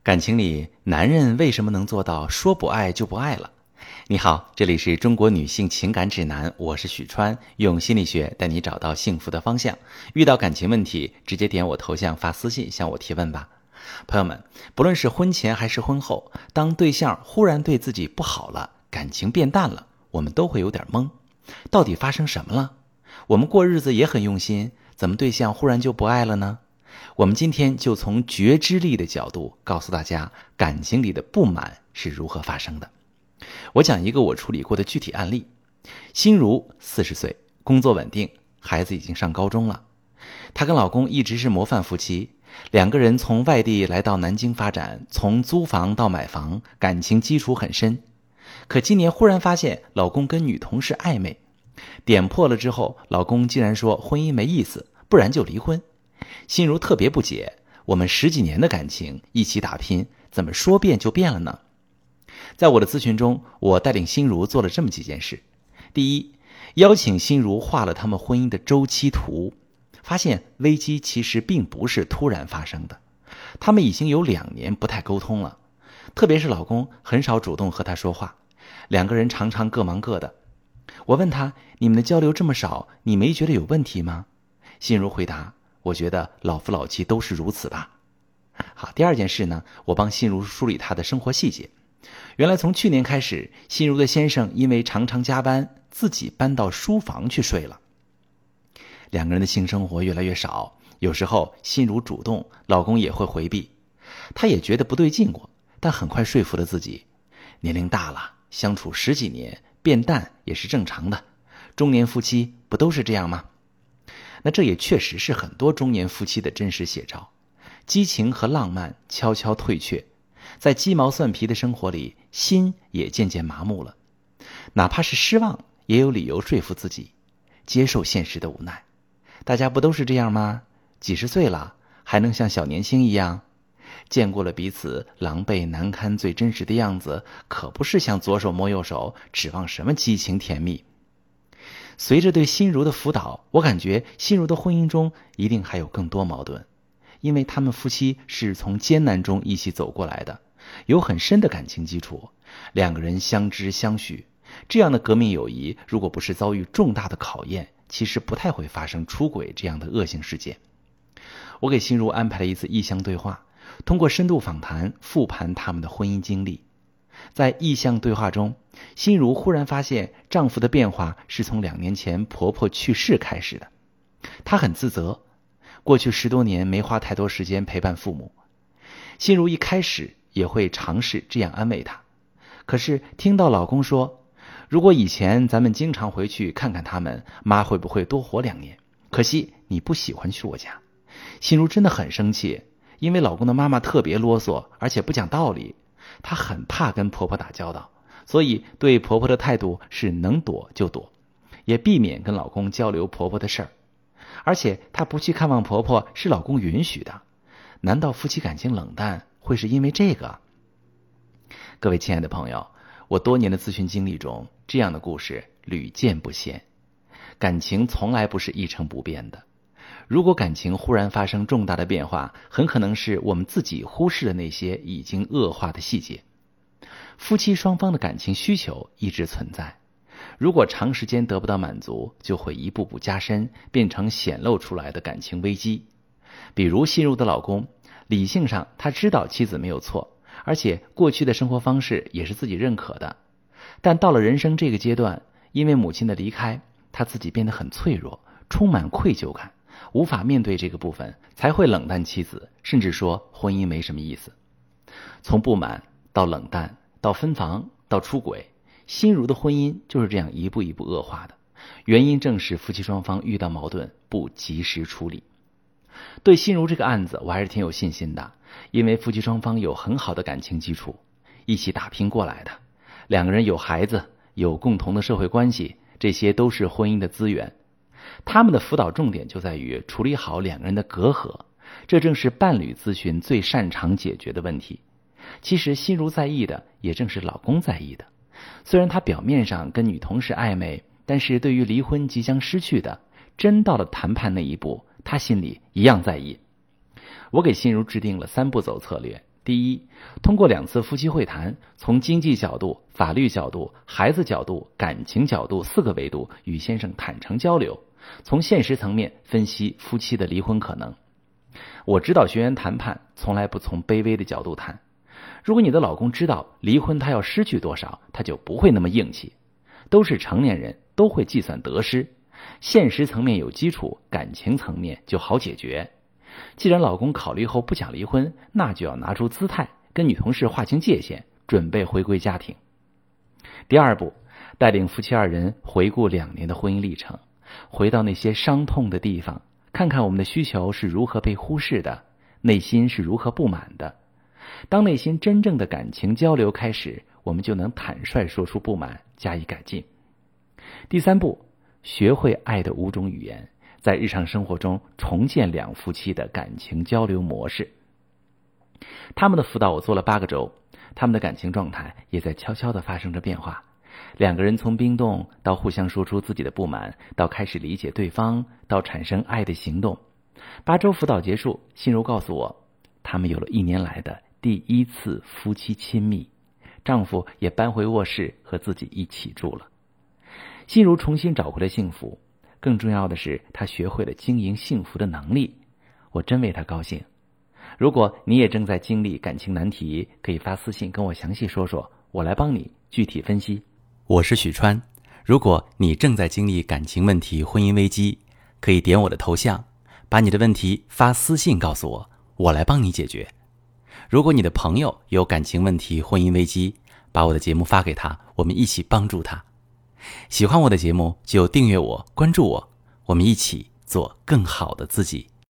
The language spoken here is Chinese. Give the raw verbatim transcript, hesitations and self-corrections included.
感情里，男人为什么能做到说不爱就不爱了？你好，这里是中国女性情感指南，我是许川，用心理学带你找到幸福的方向。遇到感情问题，直接点我头像发私信向我提问吧。朋友们，不论是婚前还是婚后，当对象忽然对自己不好了，感情变淡了，我们都会有点懵。到底发生什么了？我们过日子也很用心，怎么对象忽然就不爱了呢？我们今天就从觉知力的角度告诉大家，感情里的不满是如何发生的。我讲一个我处理过的具体案例。心如四十岁，工作稳定，孩子已经上高中了。她跟老公一直是模范夫妻，两个人从外地来到南京发展，从租房到买房，感情基础很深。可今年忽然发现老公跟女同事暧昧，点破了之后，老公竟然说婚姻没意思，不然就离婚。心如特别不解，我们十几年的感情一起打拼，怎么说变就变了呢？在我的咨询中，我带领心如做了这么几件事。第一，邀请心如画了他们婚姻的周期图，发现危机其实并不是突然发生的，他们已经有两年不太沟通了，特别是老公很少主动和她说话，两个人常常各忙各的。我问她，你们的交流这么少，你没觉得有问题吗？心如回答，我觉得老夫老妻都是如此吧。好，第二件事呢，我帮心如梳理她的生活细节。原来从去年开始，心如的先生因为常常加班，自己搬到书房去睡了。两个人的性生活越来越少，有时候心如主动，老公也会回避。他也觉得不对劲过，但很快说服了自己，年龄大了，相处十几年，变淡也是正常的，中年夫妻不都是这样吗？那这也确实是很多中年夫妻的真实写照，激情和浪漫悄悄退却，在鸡毛蒜皮的生活里，心也渐渐麻木了。哪怕是失望，也有理由说服自己，接受现实的无奈。大家不都是这样吗？几十岁了，还能像小年轻一样？见过了彼此狼狈难堪最真实的样子，可不是像左手摸右手，指望什么激情甜蜜。随着对心如的辅导，我感觉心如的婚姻中一定还有更多矛盾，因为他们夫妻是从艰难中一起走过来的，有很深的感情基础，两个人相知相许，这样的革命友谊如果不是遭遇重大的考验，其实不太会发生出轨这样的恶性事件。我给心如安排了一次意向对话，通过深度访谈复盘他们的婚姻经历。在意向对话中，心如忽然发现丈夫的变化是从两年前婆婆去世开始的。她很自责，过去十多年没花太多时间陪伴父母。心如一开始也会尝试这样安慰她，可是听到老公说，如果以前咱们经常回去看看他们，妈会不会多活两年？可惜你不喜欢去我家。心如真的很生气，因为老公的妈妈特别啰嗦，而且不讲道理。她很怕跟婆婆打交道，所以对婆婆的态度是能躲就躲，也避免跟老公交流婆婆的事儿。而且她不去看望婆婆是老公允许的，难道夫妻感情冷淡会是因为这个？各位亲爱的朋友，我多年的咨询经历中，这样的故事屡见不鲜。感情从来不是一成不变的，如果感情忽然发生重大的变化，很可能是我们自己忽视了那些已经恶化的细节。夫妻双方的感情需求一直存在，如果长时间得不到满足，就会一步步加深，变成显露出来的感情危机。比如心如的老公，理性上他知道妻子没有错，而且过去的生活方式也是自己认可的，但到了人生这个阶段，因为母亲的离开，他自己变得很脆弱，充满愧疚感，无法面对这个部分，才会冷淡妻子，甚至说婚姻没什么意思。从不满到冷淡到分房到出轨，心如的婚姻就是这样一步一步恶化的，原因正是夫妻双方遇到矛盾不及时处理。对心如这个案子我还是挺有信心的，因为夫妻双方有很好的感情基础，一起打拼过来的，两个人有孩子，有共同的社会关系，这些都是婚姻的资源。他们的辅导重点就在于处理好两个人的隔阂，这正是伴侣咨询最擅长解决的问题。其实心如在意的也正是老公在意的，虽然他表面上跟女同事暧昧，但是对于离婚即将失去的，真到了谈判那一步，他心里一样在意。我给心如制定了三步走策略。 第一，通过两次夫妻会谈，从经济角度、法律角度、孩子角度、感情角度四个维度与先生坦诚交流，从现实层面分析夫妻的离婚可能。我指导学员谈判，从来不从卑微的角度谈。如果你的老公知道离婚他要失去多少，他就不会那么硬气。都是成年人，都会计算得失，现实层面有基础，感情层面就好解决。既然老公考虑后不想离婚，那就要拿出姿态，跟女同事划清界限，准备回归家庭。第二步，带领夫妻二人回顾两年的婚姻历程，回到那些伤痛的地方，看看我们的需求是如何被忽视的，内心是如何不满的。当内心真正的感情交流开始，我们就能坦率说出不满，加以改进。第三步，学会爱的五种语言，在日常生活中重建两夫妻的感情交流模式。他们的辅导我做了八个周，他们的感情状态也在悄悄地发生着变化。两个人从冰冻到互相说出自己的不满，到开始理解对方，到产生爱的行动。八周辅导结束，心如告诉我，他们有了一年来的第一次夫妻亲密，丈夫也搬回卧室和自己一起住了。心如重新找回了幸福，更重要的是她学会了经营幸福的能力，我真为她高兴。如果你也正在经历感情难题，可以发私信跟我详细说说，我来帮你具体分析。 我是许川，如果你正在经历感情问题、婚姻危机，可以点我的头像，把你的问题发私信告诉我，我来帮你解决。如果你的朋友有感情问题、婚姻危机，把我的节目发给他，我们一起帮助他。喜欢我的节目就订阅我、关注我，我们一起做更好的自己。